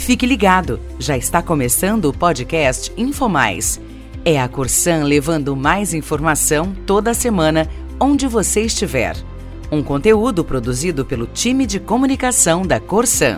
Fique ligado, já está começando o podcast InfoMais. É a Corsan levando mais informação toda semana, onde você estiver. Um conteúdo produzido pelo time de comunicação da Corsan.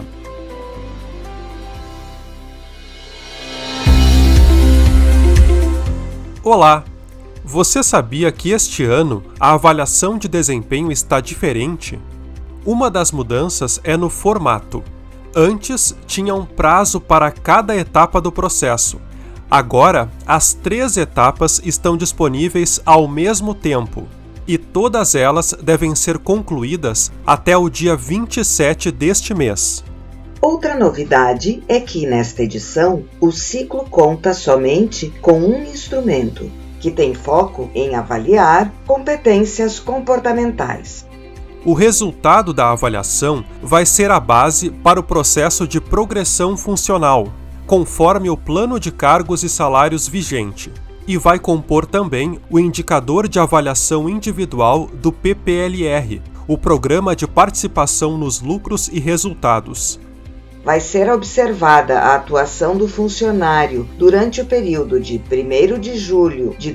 Olá! Você sabia que este ano a avaliação de desempenho está diferente? Uma das mudanças é no formato. Antes, tinha um prazo para cada etapa do processo. Agora, as 3 etapas estão disponíveis ao mesmo tempo, e todas elas devem ser concluídas até o dia 27 deste mês. Outra novidade é que, nesta edição, o ciclo conta somente com um instrumento, que tem foco em avaliar competências comportamentais. O resultado da avaliação vai ser a base para o processo de progressão funcional, conforme o plano de cargos e salários vigente, e vai compor também o indicador de avaliação individual do PPLR, o Programa de Participação nos Lucros e Resultados. Vai ser observada a atuação do funcionário durante o período de 1º de julho de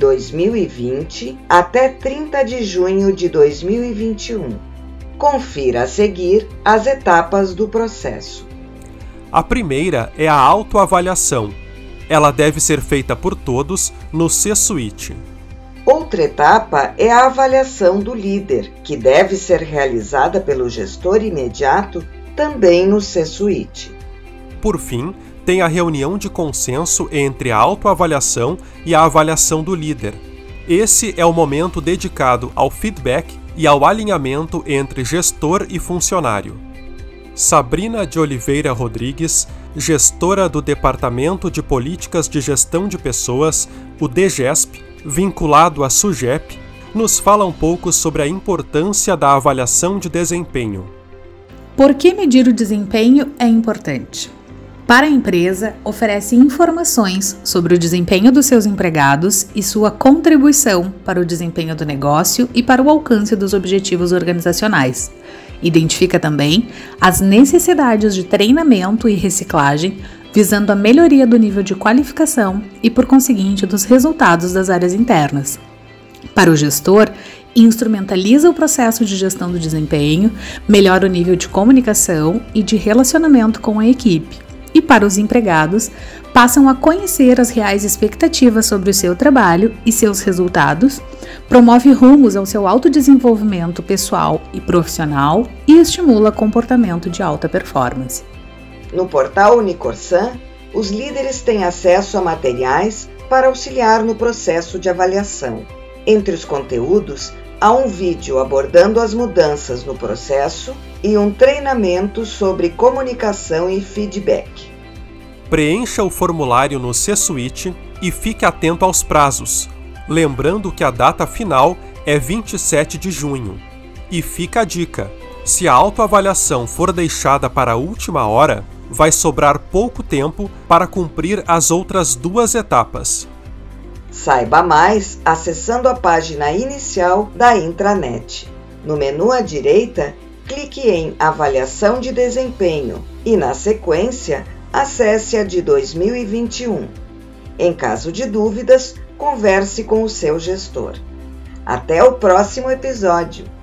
2020 até 30 de junho de 2021. Confira a seguir as etapas do processo. A primeira é a autoavaliação. Ela deve ser feita por todos no C-Suite. Outra etapa é a avaliação do líder, que deve ser realizada pelo gestor imediato também no C-Suite. Por fim, tem a reunião de consenso entre a autoavaliação e a avaliação do líder. Esse é o momento dedicado ao feedback e ao alinhamento entre gestor e funcionário. Sabrina de Oliveira Rodrigues, gestora do Departamento de Políticas de Gestão de Pessoas, o DGESP, vinculado à SUGEP, nos fala um pouco sobre a importância da avaliação de desempenho. Por que medir o desempenho é importante? Para a empresa, oferece informações sobre o desempenho dos seus empregados e sua contribuição para o desempenho do negócio e para o alcance dos objetivos organizacionais. Identifica também as necessidades de treinamento e reciclagem, visando a melhoria do nível de qualificação e, por conseguinte, dos resultados das áreas internas. Para o gestor, instrumentaliza o processo de gestão do desempenho, melhora o nível de comunicação e de relacionamento com a equipe. E para os empregados, passam a conhecer as reais expectativas sobre o seu trabalho e seus resultados, promove rumos ao seu autodesenvolvimento pessoal e profissional e estimula comportamento de alta performance. No portal Unicorsan, os líderes têm acesso a materiais para auxiliar no processo de avaliação. Entre os conteúdos, há um vídeo abordando as mudanças no processo e um treinamento sobre comunicação e feedback. Preencha o formulário no C-Suite e fique atento aos prazos, lembrando que a data final é 27 de junho. E fica a dica: se a autoavaliação for deixada para a última hora, vai sobrar pouco tempo para cumprir as outras 2 etapas. Saiba mais acessando a página inicial da intranet. No menu à direita, clique em Avaliação de Desempenho e, na sequência, acesse a de 2021. Em caso de dúvidas, converse com o seu gestor. Até o próximo episódio!